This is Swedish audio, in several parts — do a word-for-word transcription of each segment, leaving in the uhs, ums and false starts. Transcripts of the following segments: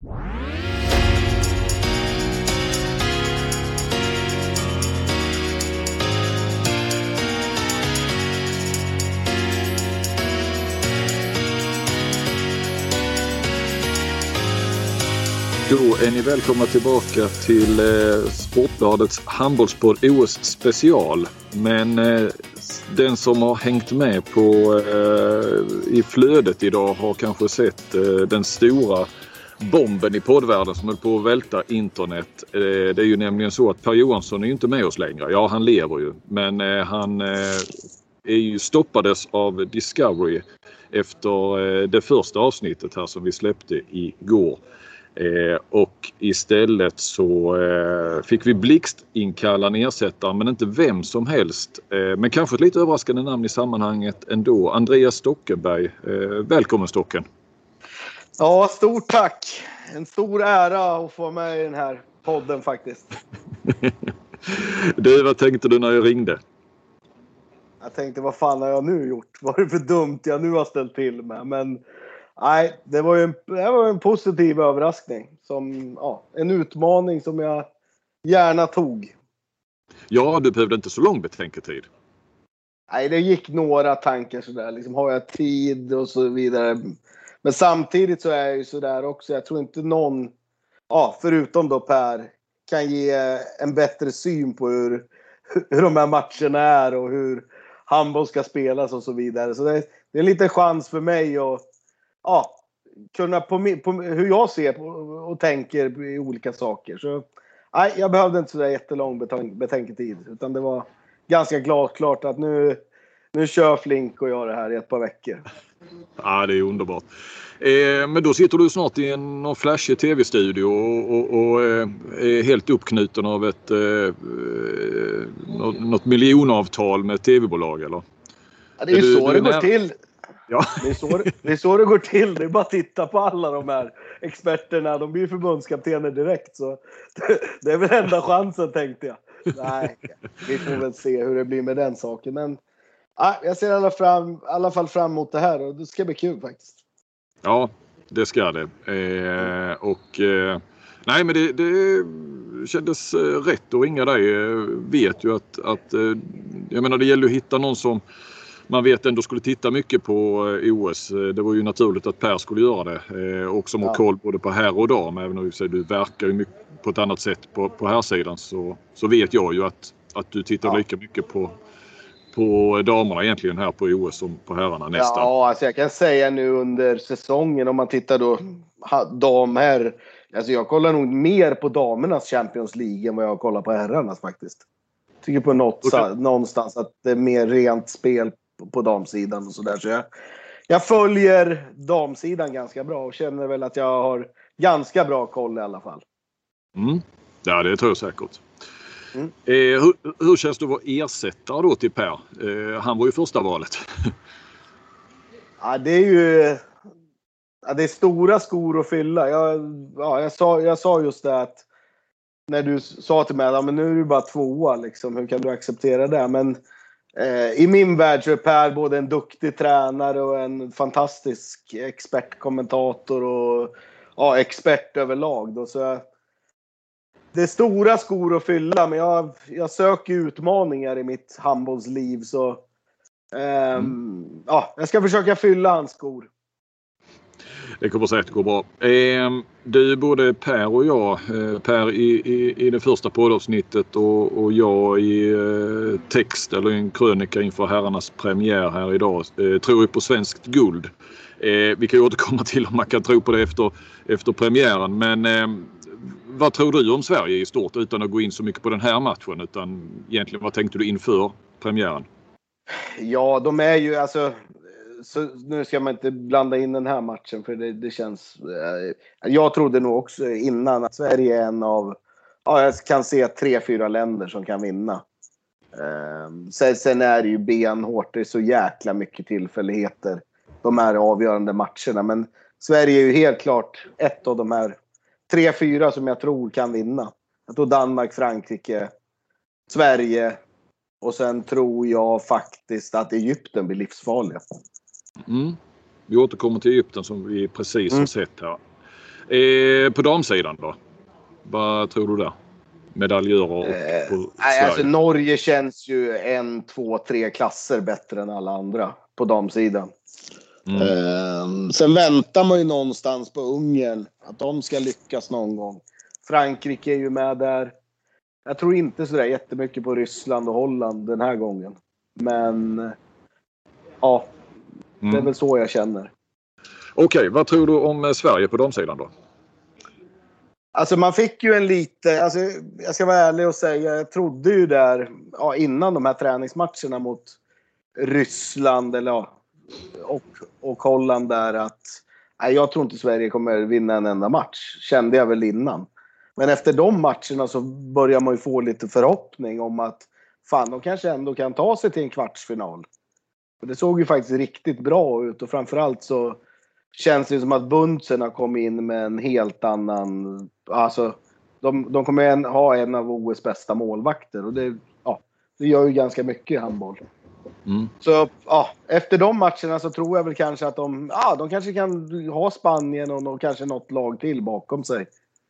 Då är ni välkomna tillbaka till eh, Sportbladets handbollspodd O S special. Men eh, den som har hängt med på eh, i flödet idag har kanske sett eh, den stora bomben i poddvärlden som höll på att välta internet. Eh, det är ju nämligen så att Per Johansson är ju inte med oss längre. Ja, han lever ju. Men eh, han eh, är ju stoppades av Discovery efter eh, det första avsnittet här som vi släppte igår. Eh, och istället så eh, fick vi blixt inkalla en ersättare, men inte vem som helst. Eh, men kanske ett lite överraskande namn i sammanhanget ändå. Andreas Stockenberg. Eh, välkommen Stocken. Ja, stort tack. En stor ära att få med i den här podden faktiskt. Du, vad tänkte du när jag ringde? Jag tänkte, vad fan har jag nu gjort? Vad är det för dumt jag nu har ställt till med? Men nej, det var ju en, det var en positiv överraskning. Som, ja, en utmaning som jag gärna tog. Ja, du behövde inte så lång betänketid. Nej, det gick några tankar sådär. Liksom, har jag tid och så vidare. Men samtidigt så är jag ju sådär också. Jag tror inte någon, ja, förutom då Per, kan ge en bättre syn på hur, hur de här matcherna är och hur handboll ska spelas och så vidare. Så det, det är en liten chans för mig att, ja, kunna på, på hur jag ser på och tänker i olika saker. Så nej, jag behövde inte sådär jättelång betänk, betänketid, utan det var ganska klart, klart att nu, nu kör Flink och jag det här i ett par veckor. Ja, det är underbart. Eh, men då sitter du snart i en någon flashig tv-studio och, och, och eh, är helt uppknuten av ett eh, något, något miljonavtal med tv-bolag, eller? Ja, det är ju du, så du det är går när... till. Ja. Det är, så, det är så det går till. Det är bara att titta på alla de här experterna. De blir förbundskaptener direkt. Så det, det är väl enda chansen, tänkte jag. Nej, vi får väl se hur det blir med den saken. Men ja, jag ser i alla, fram, i alla fall fram emot det här. Och det ska bli kul faktiskt. Ja, det ska det. Eh, och eh, nej, men det, det kändes rätt att ringa dig. Jag vet ju att, att jag menar, det gäller att hitta någon som man vet ändå skulle titta mycket på O S. Det var ju naturligt att Per skulle göra det. Och som har koll både på här och dam. Även om du verkar ju mycket på ett annat sätt på, på här sidan, så, så vet jag ju att, att du tittar ja. lika mycket på, på damerna egentligen här på O S som på herrarna nästan. Ja, alltså jag kan säga nu under säsongen, om man tittar då dam här. Alltså jag kollar nog mer på damernas Champions League än vad jag kollar på herrarnas faktiskt. Jag tycker på något okay. någonstans att det är mer rent spel på damsidan och sådär. Så jag, jag följer damsidan ganska bra och känner väl att jag har ganska bra koll i alla fall. Mm. Ja, det tror jag säkert. Mm. Eh, hur, hur känns det att vara ersättare då till Per? Eh, han var ju första valet. Ja, det är ju ja, det är stora skor att fylla. Jag, ja, jag, sa, jag sa just det att när du sa till mig att ja, men nu är du bara tvåa, liksom, hur kan du acceptera det? Men i min värld så är Per både en duktig tränare och en fantastisk expertkommentator och ja, expert överlag. Då. Så jag, det är stora skor att fylla, men jag, jag söker utmaningar i mitt handbollsliv. Så um, mm. ja, jag ska försöka fylla hans skor. Det kommer säkert gå bra. Eh, du, både Per och jag, eh, Per i, i, i det första poddavsnittet och, och jag i eh, text eller en krönika inför herrarnas premiär här idag, eh, tror ju på svenskt guld. Eh, vi kan ju återkomma till om man kan tro på det efter, efter premiären. Men eh, vad tror du om Sverige i stort, utan att gå in så mycket på den här matchen, utan egentligen vad tänkte du inför premiären? Ja, de är ju alltså... Så nu ska man inte blanda in den här matchen, för det, det känns... Eh, jag trodde nog också innan att Sverige är en av... Ja, jag kan se tre, fyra länder som kan vinna. Eh, sen, sen är det ju benhårt. Det är så jäkla mycket tillfälligheter. De här avgörande matcherna. Men Sverige är ju helt klart ett av de här tre, fyra som jag tror kan vinna. Jag tror Danmark, Frankrike, Sverige. Och sen tror jag faktiskt att Egypten blir livsfarliga. Mm. Vi återkommer till Egypten som vi precis mm. har sett här. Eh, på damsidan då? Vad tror du där? Medaljörer Eh, på nej, Sverige. alltså Norge känns ju en, två, tre klasser bättre än alla andra på damsidan. Mm. Eh, sen väntar man ju någonstans på Ungern att de ska lyckas någon gång. Frankrike är ju med där. Jag tror inte sådär jättemycket på Ryssland och Holland den här gången. Men ja, det är mm. väl så jag känner. Okej, okay, vad tror du om Sverige på damsidan då? Alltså man fick ju en lite, alltså jag ska vara ärlig och säga, jag trodde ju där ja, innan de här träningsmatcherna mot Ryssland eller ja, och, och Holland där att nej, jag tror inte Sverige kommer vinna en enda match, kände jag väl innan. Men efter de matcherna så börjar man ju få lite förhoppning om att fan, de kanske ändå kan ta sig till en kvartsfinal. Och det såg ju faktiskt riktigt bra ut och framförallt så känns det som att Bundsen har kommit in med en helt annan, alltså de, de kommer en, ha en av O S bästa målvakter och det, ja, det gör ju ganska mycket i handboll. Mm. Så ja, efter de matcherna så tror jag väl kanske att de, ja, de kanske kan ha Spanien och, och kanske något lag till bakom sig.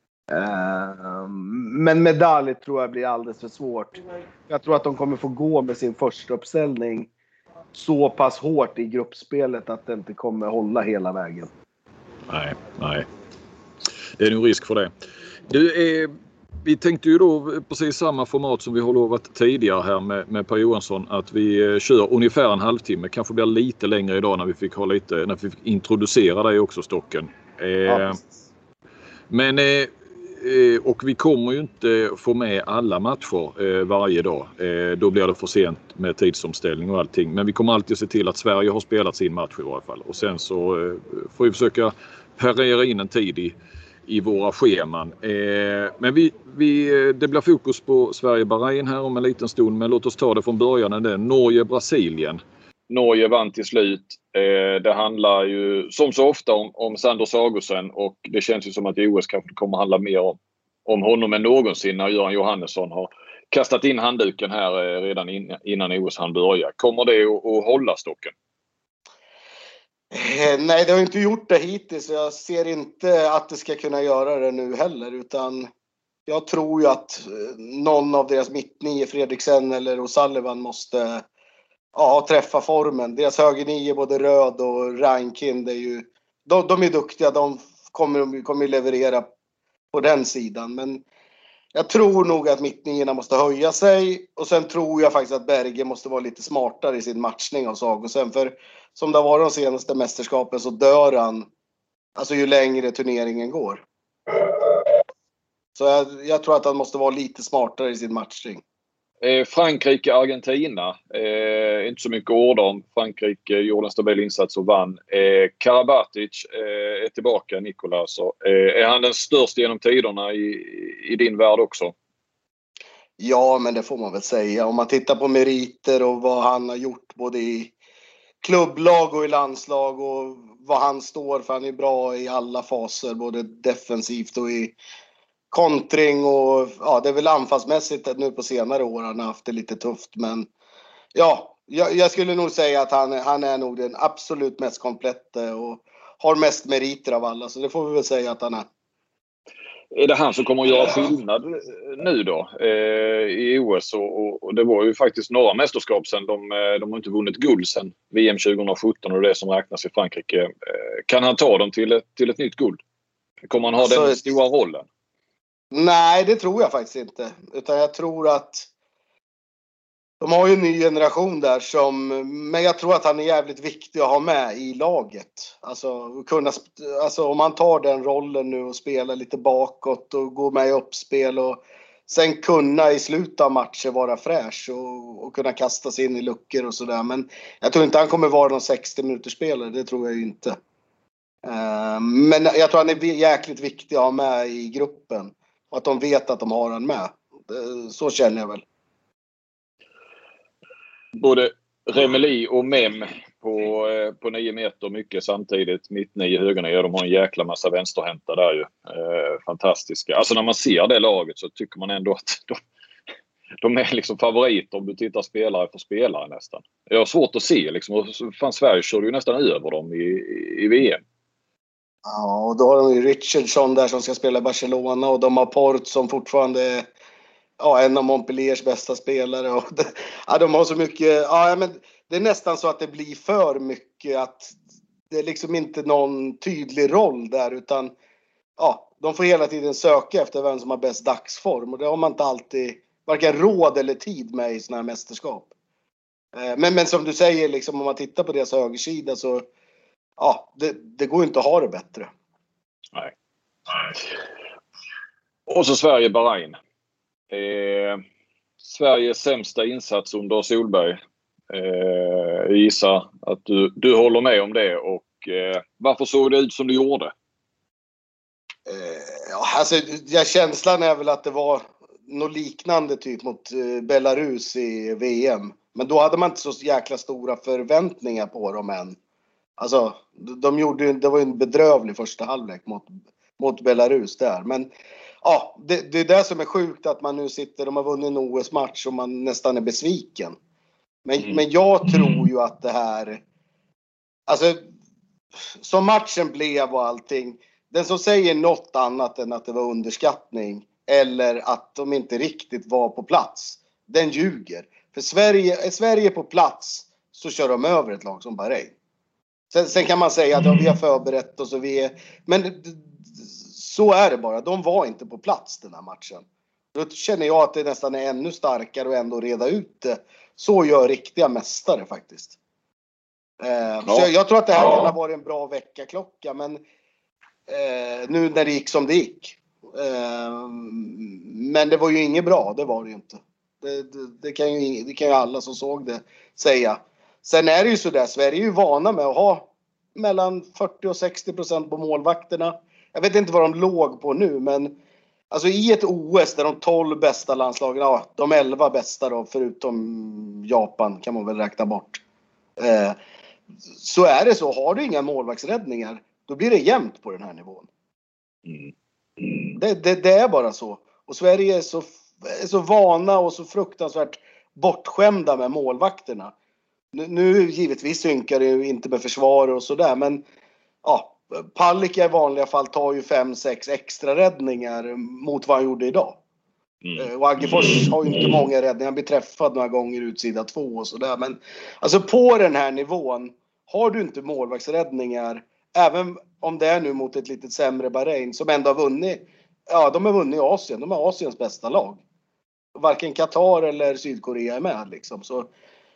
Uh, men medalj tror jag blir alldeles för svårt. Jag tror att de kommer få gå med sin första uppställning så pass hårt i gruppspelet att det inte kommer hålla hela vägen. Nej, nej. Det är nog risk för det. Du, eh, vi tänkte ju då precis samma format som vi har lovat tidigare här med, med Per Johansson. Att vi eh, kör ungefär en halvtimme. Kanske blir lite längre idag när vi fick ha lite, när vi fick introducera dig också, Stocken. Eh, ja. Men eh, och vi kommer ju inte få med alla matcher eh, varje dag. Eh, då blir det för sent med tidsomställning och allting. Men vi kommer alltid se till att Sverige har spelat sin match i varje fall. Och sen så eh, får vi försöka parera in en tid i, i våra scheman. Eh, men vi, vi, det blir fokus på Sverige-Bahrain här om en liten stund. Men låt oss ta det från början. Det Norge-Brasilien. Norge vann till slut. Eh, det handlar ju som så ofta om, om Sander Sagosen och det känns ju som att O S kanske kommer handla mer om, om honom än någonsin när Göran Johannesson har kastat in handduken här eh, redan in, innan O S han börjar. Kommer det att, att hålla, Stocken? Eh, nej, det har inte gjort det hittills. Jag ser inte att det ska kunna göra det nu heller, utan jag tror ju att någon av deras mittnio, Fredriksen eller O'Sullivan, måste ja, träffa formen. Deras högernio, både Röd och Rankind, är ju, de, de är duktiga. De kommer, kommer leverera på den sidan. Men jag tror nog att mittnierna måste höja sig. Och sen tror jag faktiskt att Berge måste vara lite smartare i sin matchning av Sagosen. För som det har varit de senaste mästerskapen så dör han alltså ju längre turneringen går. Så jag, jag tror att han måste vara lite smartare i sin matchning. Eh, Frankrike-Argentina. Eh, inte så mycket ord om. Frankrike gjorde en stabil insats och vann. Eh, Karabatic eh, är tillbaka, Nicolas. Eh, är han den största genom tiderna i, i din värld också? Ja, men det får man väl säga. Om man tittar på meriter och vad han har gjort både i klubblag och i landslag och vad han står för. Han är bra i alla faser, både defensivt och i kontring och ja, det är väl anfallsmässigt att nu på senare år han har haft det lite tufft, men ja, jag, jag skulle nog säga att han, han är nog den absolut mest kompletta och har mest meriter av alla, så det får vi väl säga att han är. Är det han som kommer att göra skillnad nu då eh, i O S och, och, och det var ju faktiskt några mästerskap sen de, de har inte vunnit guld sen V M tjugo sjutton och det som räknas i Frankrike. Eh, kan han ta dem till ett, till ett nytt guld? Kommer han ha alltså, den stora rollen? Nej, det tror jag faktiskt inte. Utan jag tror att de har ju en ny generation där som, men jag tror att han är jävligt viktig att ha med i laget. Alltså, kunna, alltså om man tar den rollen nu och spelar lite bakåt och går med i uppspel och sen kunna i slutet av matcher vara fräsch och, och kunna kasta sig in i luckor och sådär. Men jag tror inte han kommer vara någon sextio minuters spelare, det tror jag ju inte. Uh, men jag tror han är jäkligt viktig att ha med i gruppen. Och att de vet att de har han med. Så känner jag väl. Både Remeli och Mem på, på nio meter mycket samtidigt. Mitt nio högerna, de har en jäkla massa vänsterhäntar där ju. Eh, fantastiska. Alltså när man ser det laget så tycker man ändå att de, de är liksom favoriter om du tittar spelare för spelare nästan. Jag har svårt att se liksom. Fan, Sverige körde ju nästan över dem i, i V M. Ja, och då har de ju Richardson där som ska spela i Barcelona och de har Port som fortfarande är ja, en av Montpelliers bästa spelare. Och det, ja, de har så mycket, ja, men det är nästan så att det blir för mycket att det är liksom inte någon tydlig roll där utan ja, de får hela tiden söka efter vem som har bäst dagsform och det har man inte alltid varken råd eller tid med i såna här mästerskap. Men, men som du säger, liksom, om man tittar på deras högersida så ja, det, det går inte att ha det bättre. Nej. Och så Sverige-Bahrain. Eh, Sveriges sämsta insats under Solberg. Eh, jag gissar att du, du håller med om det. Och eh, varför såg det ut som det gjorde? Eh, ja, alltså, ja, känslan är väl att det var något liknande typ mot eh, Belarus i V M. Men då hade man inte så jäkla stora förväntningar på dem än. Alltså, de gjorde, det var ju en bedrövlig första halvlek mot, mot Belarus där. Men ja, det, det är det som är sjukt att man nu sitter, de har vunnit en O S-match och man nästan är besviken. Men, mm. men jag tror ju att det här, alltså som matchen blev och allting, den som säger något annat än att det var underskattning eller att de inte riktigt var på plats, den ljuger. För Sverige, är Sverige på plats så kör de över ett lag som Bahrain. Sen, sen kan man säga att ja, vi har förberett oss och vi är, men så är det bara. De var inte på plats den här matchen. Då känner jag att det nästan är ännu starkare och ändå reda ut det. Så gör riktiga mästare faktiskt. Eh, ja. Så jag, jag tror att det här ja. kan ha varit en bra veckaklocka. Men eh, nu när det gick som det gick. Eh, men det var ju inget bra, det var det ju inte. Det, det, det, kan ju, det kan ju alla som såg det säga. Sen är det ju sådär, Sverige är ju vana med att ha mellan fyrtio och sextio procent på målvakterna. Jag vet inte vad de låg på nu, men alltså i ett O S där de tolv bästa landslagen, ja, de elva bästa då, förutom Japan kan man väl räkna bort. Eh, så är det så, har du inga målvaktsräddningar, då blir det jämnt på den här nivån. Mm. Mm. Det, det, det är bara så. Och Sverige är så, är så vana och så fruktansvärt bortskämda med målvakterna. Nu, nu givetvis synkar det ju inte med försvar och sådär, men ja, Palicka i vanliga fall tar ju fem sex extra räddningar mot vad han gjorde idag. Mm. Och Aggefors har ju inte många räddningar, han blir träffad några gånger utsida två och sådär. Men alltså på den här nivån har du inte målvaktsräddningar, även om det är nu mot ett lite sämre Bahrain som ändå har vunnit, ja de har vunnit i Asien, de är Asiens bästa lag. Varken Qatar eller Sydkorea är med liksom, så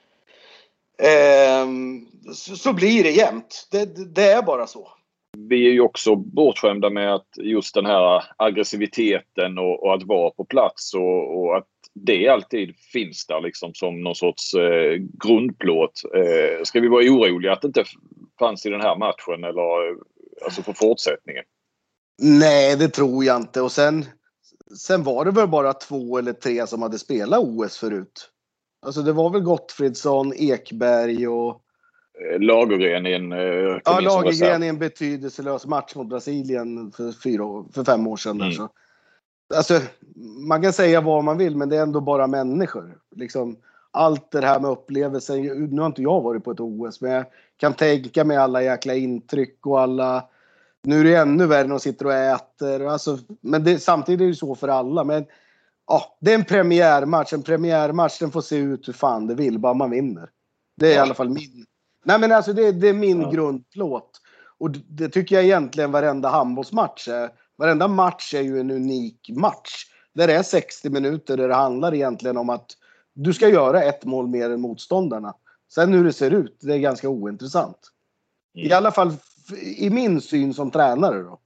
ehm, så, så blir det jämnt. Det, det, det är bara så. Vi är ju också bortskämda med att just den här aggressiviteten och, och att vara på plats och, och att det alltid finns där liksom som någon sorts eh, grundplåt. Eh, ska vi vara oroliga att det inte fanns i den här matchen eller alltså för fortsättningen? Nej, det tror jag inte. Och sen, sen var det väl bara två eller tre som hade spelat O S förut. Alltså det var väl Gottfridsson, Ekberg och Lagergren i en eh, ja, Lagergren i en betydelselös match mot Brasilien för, fyra, för fem år sedan. Mm. Där, så. Alltså, man kan säga vad man vill, men det är ändå bara människor. Liksom, allt det här med upplevelsen, nu har inte jag varit på ett O S, men jag kan tänka mig alla jäkla intryck och alla, nu är det ännu värre när de sitter och äter. Alltså, men det, samtidigt är det ju så för alla. Men ja, det är en premiärmatch, en premiärmatch, den får se ut hur fan det vill, bara man vinner. Det är ja. i alla fall min. Nej men alltså det, det är min ja. grundplåt. Och det, det tycker jag egentligen varenda handbollsmatch är. Varenda match är ju en unik match. Där det är sextio minuter där det handlar egentligen om att du ska göra ett mål mer än motståndarna. Sen hur det ser ut, det är ganska ointressant. Mm. I alla fall i min syn som tränare då.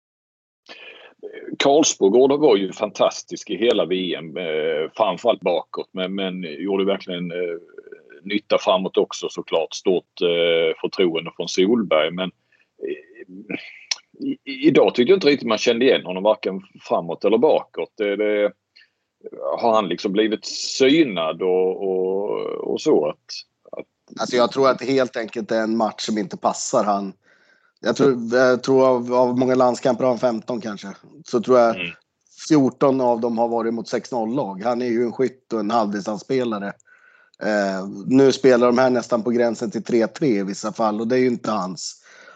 Karlsborg var ju fantastisk i hela V M. Eh, framförallt bakåt. Men, men gjorde verkligen eh, nytta framåt också såklart. Stort eh, förtroende från Solberg. Men eh, i, idag tyckte jag inte riktigt man kände igen honom varken framåt eller bakåt. Det, det, har han liksom blivit synad och, och, och så? Att, att... Alltså jag tror att det helt enkelt är en match som inte passar han. Jag tror, jag tror av, av många landskamper har han femton kanske. Så tror jag mm. fjorton av dem har varit mot sex noll-lag. Han är ju en skytt och en halvdistansspelare. Eh, nu spelar de här nästan på gränsen till tre tre i vissa fall. Och det är ju inte hans,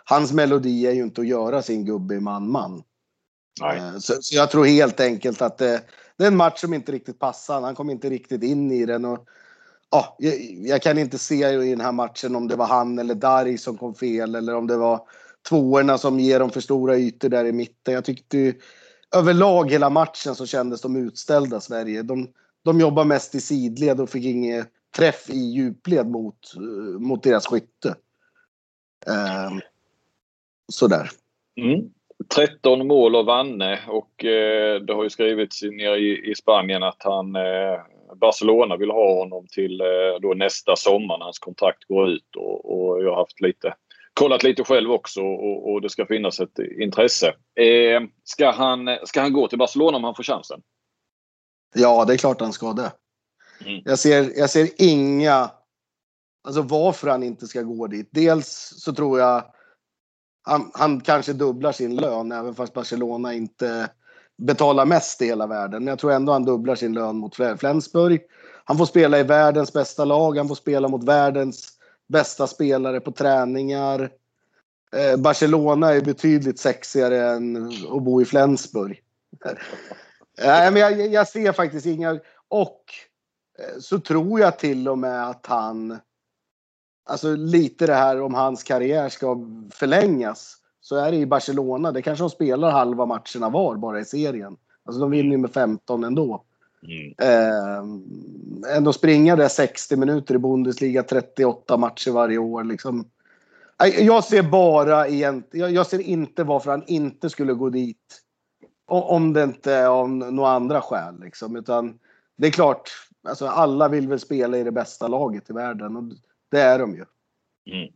hans melodi är ju inte att göra sin gubbe i man-man. Nej. Så, så jag tror helt enkelt att det, det är en match som inte riktigt passar. Han kom inte riktigt in i den. Och, ja, jag, jag kan inte se i den här matchen om det var han eller Dari som kom fel. Eller om det var tvåorna som ger dem för stora ytor där i mitten. Jag tyckte överlag hela matchen så kändes de utställda, Sverige. De, de jobbar mest i sidled och fick ingen träff i djupled mot, mot deras skytte. Um, sådär. Mm. tretton mål och vanne, och eh, det har ju skrivits nere i, i Spanien att han eh, Barcelona vill ha honom till eh, då nästa sommar när hans kontrakt går ut, och, och jag har haft lite kollat lite själv också, och, och det ska finnas ett intresse. Eh, ska, han, ska han gå till Barcelona om han får chansen? Ja, det är klart han ska det. Mm. Jag ser, jag ser inga, alltså varför han inte ska gå dit. Dels så tror jag han, han kanske dubblar sin lön, även fast Barcelona inte betalar mest i hela världen. Men jag tror ändå han dubblar sin lön mot Flensburg. Han får spela i världens bästa lag. Han får spela mot världens bästa spelare på träningar. Eh, Barcelona är betydligt sexigare än att bo i Flensburg. Nej, men jag, jag ser faktiskt inga. Och eh, så tror jag till och med att han, alltså lite det här om hans karriär ska förlängas, så är det i Barcelona. Det kanske de spelar halva matcherna var bara i serien. Alltså de vinner ju med femton ändå. Mm. Eh, ändå springa där sextio minuter i Bundesliga, trettioåtta matcher varje år liksom. Jag ser bara egentligen, jag ser inte varför han inte skulle gå dit om det inte är av några andra skäl liksom. Utan det är klart, alltså alla vill väl spela i det bästa laget i världen, och det är de ju. Mm.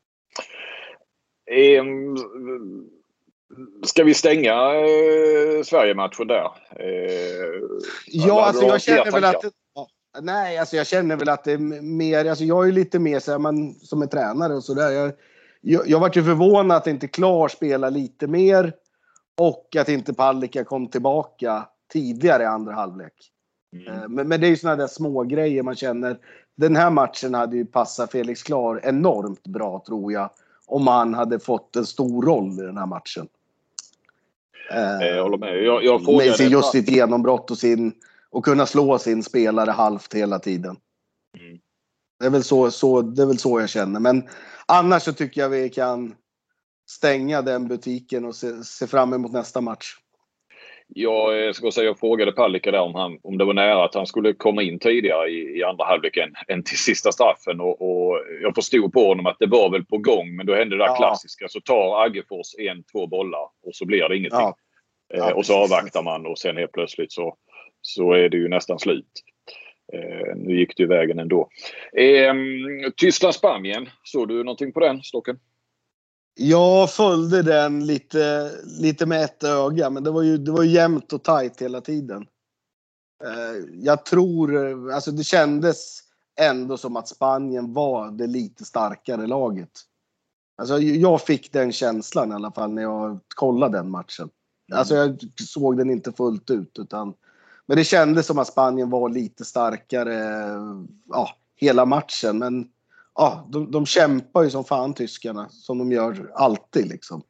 Um, ska vi stänga eh, Sverige-matchen där? Eh, ja, alltså jag känner väl att det, ja, nej, alltså jag känner väl att det är mer, alltså jag är ju lite mer så här, man som är tränare och så där. Jag jag, jag var ju förvånad att inte Klar spela lite mer, och att inte Palicka kom tillbaka tidigare i andra halvlek. Mm. Men, men det är ju såna där små grejer man känner. Den här matchen hade ju passat Felix Klar enormt bra, tror jag, om han hade fått en stor roll i den här matchen. Jag håller med. Jag, jag frågade med sin, just sitt genombrott och, sin, och kunna slå sin spelare halvt hela tiden. Mm. Det är väl så, så, det är väl så jag känner. Men annars så tycker jag vi kan stänga den butiken och se, se fram emot nästa match. Jag ska säga, jag frågade Palicka där om, han, om det var nära att han skulle komma in tidigare i, i andra halvleken än till sista straffen. Och, och jag förstod på honom att det var väl på gång, men då hände det där ja. klassiska. Så tar Aggefors en, två bollar och så blir det ingenting. Ja. Ja, eh, och så avvaktar man, och sen helt plötsligt så, så är det ju nästan slut. Eh, nu gick det ju vägen ändå. Eh, Tyskland-Spanien, såg du någonting på den, Stocken? Jag följde den lite, lite med ett öga, men det var ju, det var ju jämnt och tajt hela tiden. Eh, jag tror, alltså det kändes ändå som att Spanien var det lite starkare laget. Alltså jag fick den känslan i alla fall när jag kollade den matchen. Mm. Alltså jag såg den inte fullt ut, utan, men det kändes som att Spanien var lite starkare, ja, hela matchen. Men ja, de, de kämpar ju som fan, tyskarna, som de gör alltid liksom.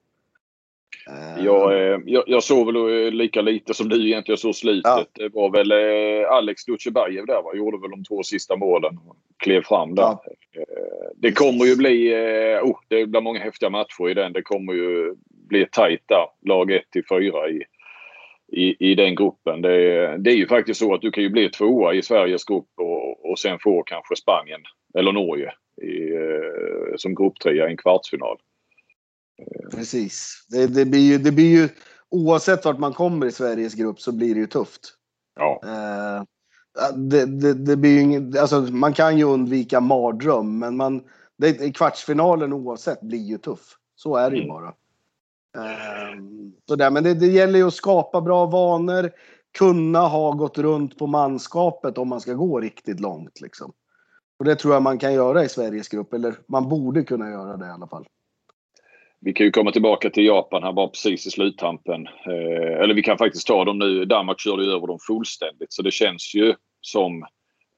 Jag, jag, jag såg väl lika lite som du egentligen såg slutet. Ja. Det var väl Alex Dutjebajev där, va? Gjorde väl de två sista målen och klev fram där. Ja. Det kommer ju bli oh, det blir många häftiga matcher i den. Det kommer ju bli tajt där, lag ett till fyra i, i, i den gruppen. Det, det är ju faktiskt så att du kan ju bli tvåa i Sveriges grupp och, och sen får kanske Spanien eller Norge i, som grupptrea i en kvartsfinal. Precis. Det, det, blir ju, det blir ju, oavsett vart man kommer i Sveriges grupp så blir det ju tufft. Ja. Uh, det, det, det blir ju ingen, alltså man kan ju undvika mardröm, men man, det, kvartsfinalen oavsett blir ju tuff. Så är det ju mm. bara. Uh, så där, men det, det gäller ju att skapa bra vanor, kunna ha gått runt på manskapet om man ska gå riktigt långt liksom. Och det tror jag man kan göra i Sveriges grupp, eller man borde kunna göra det i alla fall. Vi kan ju komma tillbaka till Japan här bara precis i sluttampen. Eh, eller vi kan faktiskt ta dem nu. Danmark körde ju över dem fullständigt. Så det känns ju som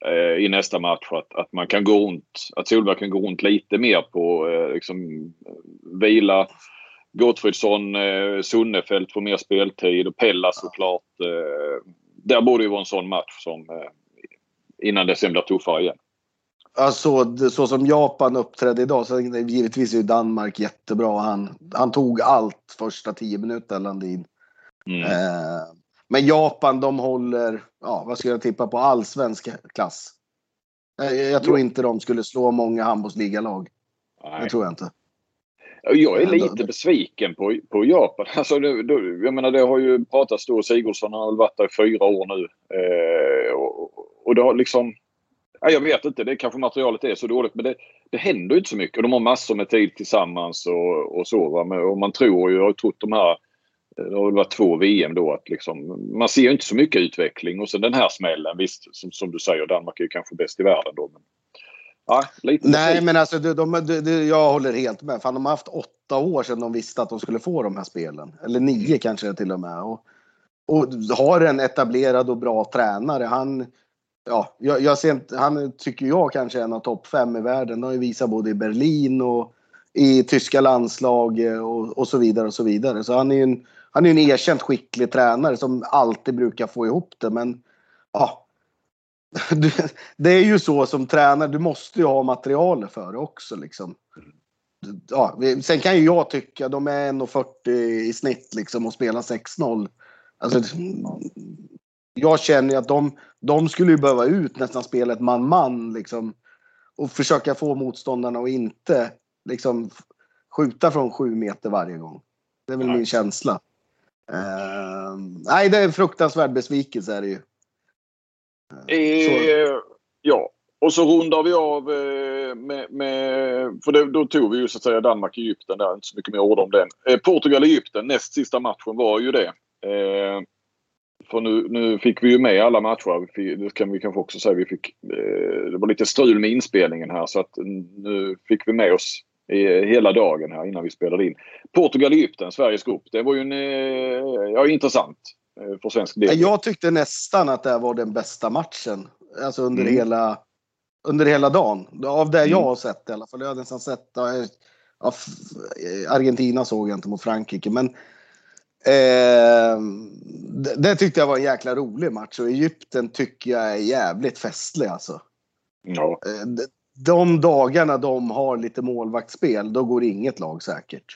eh, i nästa match. Att, att man kan gå runt, att Solberg kan gå runt lite mer på eh, liksom, vila Gottfridsson, eh, Sunnefelt får mer speltid och Pella såklart. Eh, där borde ju vara en sån match som eh, innan det sen blir tuffare igen. Alltså, så som Japan uppträdde idag så givetvis är ju Danmark jättebra. Han, han tog allt första tio minuter Landin. Mm. Eh, men Japan, de håller, ja, vad ska jag tippa på, allsvensk klass. Eh, jag tror jo. inte de skulle slå många handbollsligalag. Det tror jag inte. Jag är lite besviken på, på Japan. Alltså, det, det, jag menar, det har ju pratats då. Sigurdsson har varit där i fyra år nu. Eh, och, och det har liksom... Ja, jag vet inte, det kanske materialet är så dåligt. Men det, det händer ju inte så mycket. Och de har massor med tid tillsammans och, och så. Va? Men, och man tror ju, jag har trott de här... Det har väl varit två V M då. Att liksom, man ser ju inte så mycket utveckling. Och sen den här smällen, visst, som, som du säger, Danmark är ju kanske bäst i världen då. Men, ja, lite Nej, lite. men alltså de, de, de, de, jag håller helt med. Fan, de har haft åtta år sedan de visste att de skulle få de här spelen. Eller nio mm. kanske till och med. Och, och har en etablerad och bra tränare. Han, ja, jag, jag ser inte, han tycker jag kanske är en av topp fem i världen. De har ju visat både i Berlin och i tyska landslag och, och så vidare och så vidare. Så han är ju en, han är en erkänt skicklig tränare som alltid brukar få ihop det. Men ja... Det är ju så som tränare, du måste ju ha material för det också liksom. Ja, sen kan ju jag tycka de är en fyrtio i snitt liksom och spelar sex noll. Alltså, jag känner ju att de, de skulle ju behöva ut nästan spela ett man-man liksom, och försöka få motståndarna att inte liksom skjuta från sju meter varje gång. Det är väl min känsla. Uh, nej, det är en fruktansvärd besvikelse är det ju. Eh, ja, och så rundar vi av eh, med, med för det, då tog vi ju så att säga Danmark-Egypten där, inte så mycket mer ord om den. Eh, Portugal-Egypten, näst sista matchen var ju det. Eh, för nu, nu fick vi ju med alla matcher, vi, det kan vi kanske också säga, vi fick, eh, det var lite strul med inspelningen här så att nu fick vi med oss eh, hela dagen här innan vi spelade in. Portugal-Egypten, Sveriges grupp, det var ju en, eh, ja, intressant. För svensk del. Jag tyckte nästan att det var den bästa matchen. Alltså under mm. hela under hela dagen. Av det mm. jag har sett i alla fall. Jag har nästan sett ja, Argentina såg jag inte mot Frankrike. Men eh, det, det tyckte jag var en jäkla rolig match. Och Egypten tycker jag är jävligt festlig alltså. Ja. De, de dagarna de har lite målvaktsspel, då går inget lag säkert.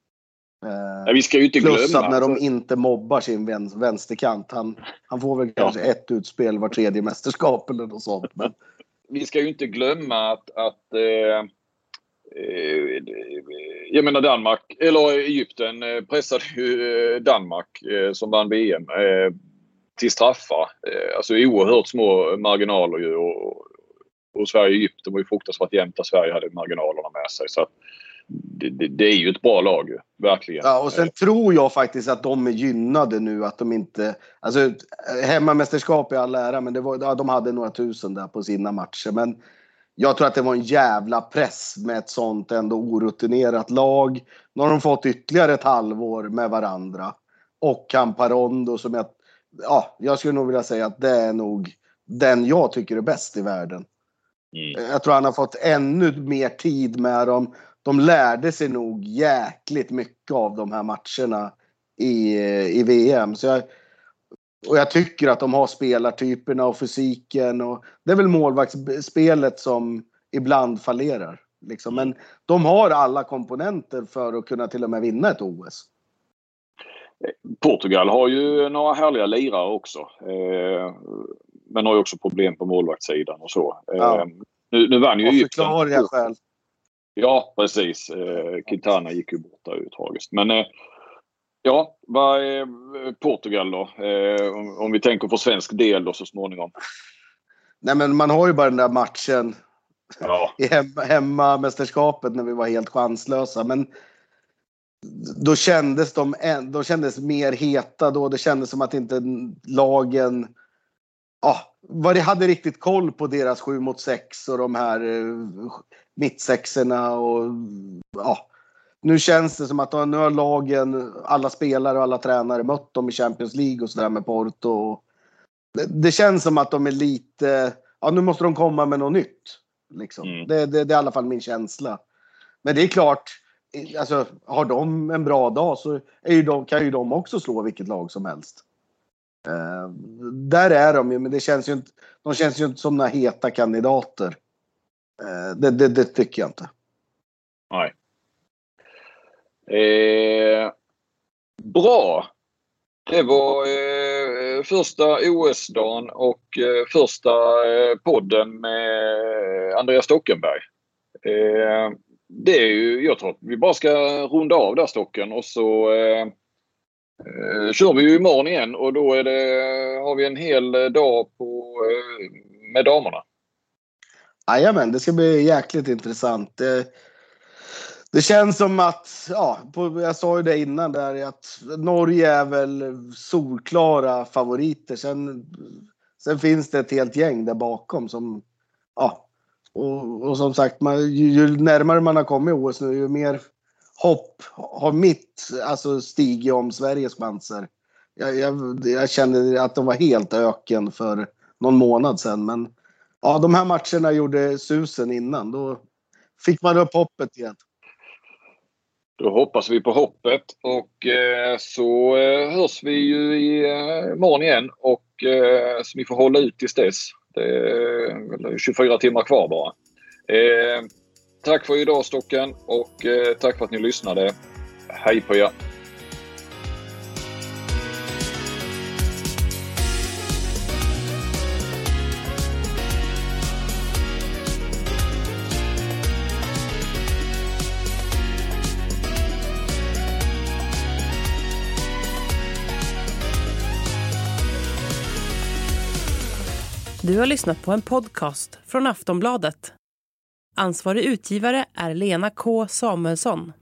Ja, vi ska ju inte Plus glömma. att när de inte mobbar sin vän, vänsterkant. Han, han får väl kanske ja. ett utspel var tredje mästerskap eller något sånt. Men... Vi ska ju inte glömma att, att eh, eh, jag menar Danmark, eller Egypten eh, pressade ju Danmark eh, som vann V M eh, till straffar. Eh, alltså oerhört små marginaler ju. Och, och Sverige och Egypten var ju fruktansvärt jämnt där Sverige hade marginalerna med sig. Så att, Det, det, det är ju ett bra lag, verkligen. Ja, och sen tror jag faktiskt att de är gynnade nu, att de inte... Alltså, hemmamästerskap är all ära, men det var, ja, de hade några tusen där på sina matcher. Men jag tror att det var en jävla press med ett sånt ändå orutinerat lag. Nu har de fått ytterligare ett halvår med varandra. Och Camparondo som jag... Ja, jag skulle nog vilja säga att det är nog den jag tycker är bäst i världen. Mm. Jag tror han har fått ännu mer tid med dem. De lärde sig nog jäkligt mycket av de här matcherna i, i V M. Så jag, och jag tycker att de har spelartyperna och fysiken. Och det är väl målvaktsspelet som ibland fallerar. Liksom. Men de har alla komponenter för att kunna till och med vinna ett O S. Portugal har ju några härliga lirare också. Eh, men har ju också problem på målvaktssidan och så. Eh, ja. nu, nu vann ju Egypten. Förklarar jag själv. Ja, precis. Eh, Quintana gick ju bort där, ju tragiskt. Men eh, ja, vad är Portugal då? Eh, om, om vi tänker på svensk del då så småningom. Nej, men man har ju bara den där matchen ja. i hem, hemmamästerskapet när vi var helt chanslösa. Men då kändes de, de kändes mer heta då. Det kändes som att inte lagen... Ja, vad det hade riktigt koll på deras sju mot sex och de här uh, mittsexorna och ja, nu känns det som att nu har lagen, alla spelare och alla tränare mött dem i Champions League och sådär med Porto. Det, det känns som att de är lite, ja, nu måste de komma med något nytt. Liksom. Mm. Det, det, det är i alla fall min känsla. Men det är klart, alltså, har de en bra dag så är ju de, kan ju de också slå vilket lag som helst. Uh, där är de ju, men det känns ju inte, de känns ju inte som några heta kandidater. Uh, det, det, det tycker jag inte. Nej. Eh, bra. Det var eh, första O S-dagen och eh, första eh, podden med Andreas Stockenberg. Eh, det är ju, jag tror att vi bara ska runda av där, Stocken, och så eh, eh, kör vi ju imorgon igen och då är det, har vi en hel dag på, eh, med damerna. Jajamän, det ska bli jäkligt intressant. Det, det känns som att, ja, på, jag sa ju det innan där, att Norge är väl solklara favoriter. Sen, sen finns det ett helt gäng där bakom som, ja, och, och som sagt, man, ju, ju närmare man har kommit i O S nu, ju mer hopp har mitt, alltså stigit om Sveriges chanser. Jag, jag, jag kände att de var helt öken för någon månad sedan, men ja, de här matcherna gjorde susen innan. Då fick man upp hoppet igen. Då hoppas vi på hoppet och eh, så eh, hörs vi ju i eh, morgon igen och eh, så ni får hålla ut tills dess. Det är tjugofyra timmar kvar bara. Eh, tack för idag, Stocken, och eh, tack för att ni lyssnade. Hej på er! Du har lyssnat på en podcast från Aftonbladet. Ansvarig utgivare är Lena K. Samuelsson.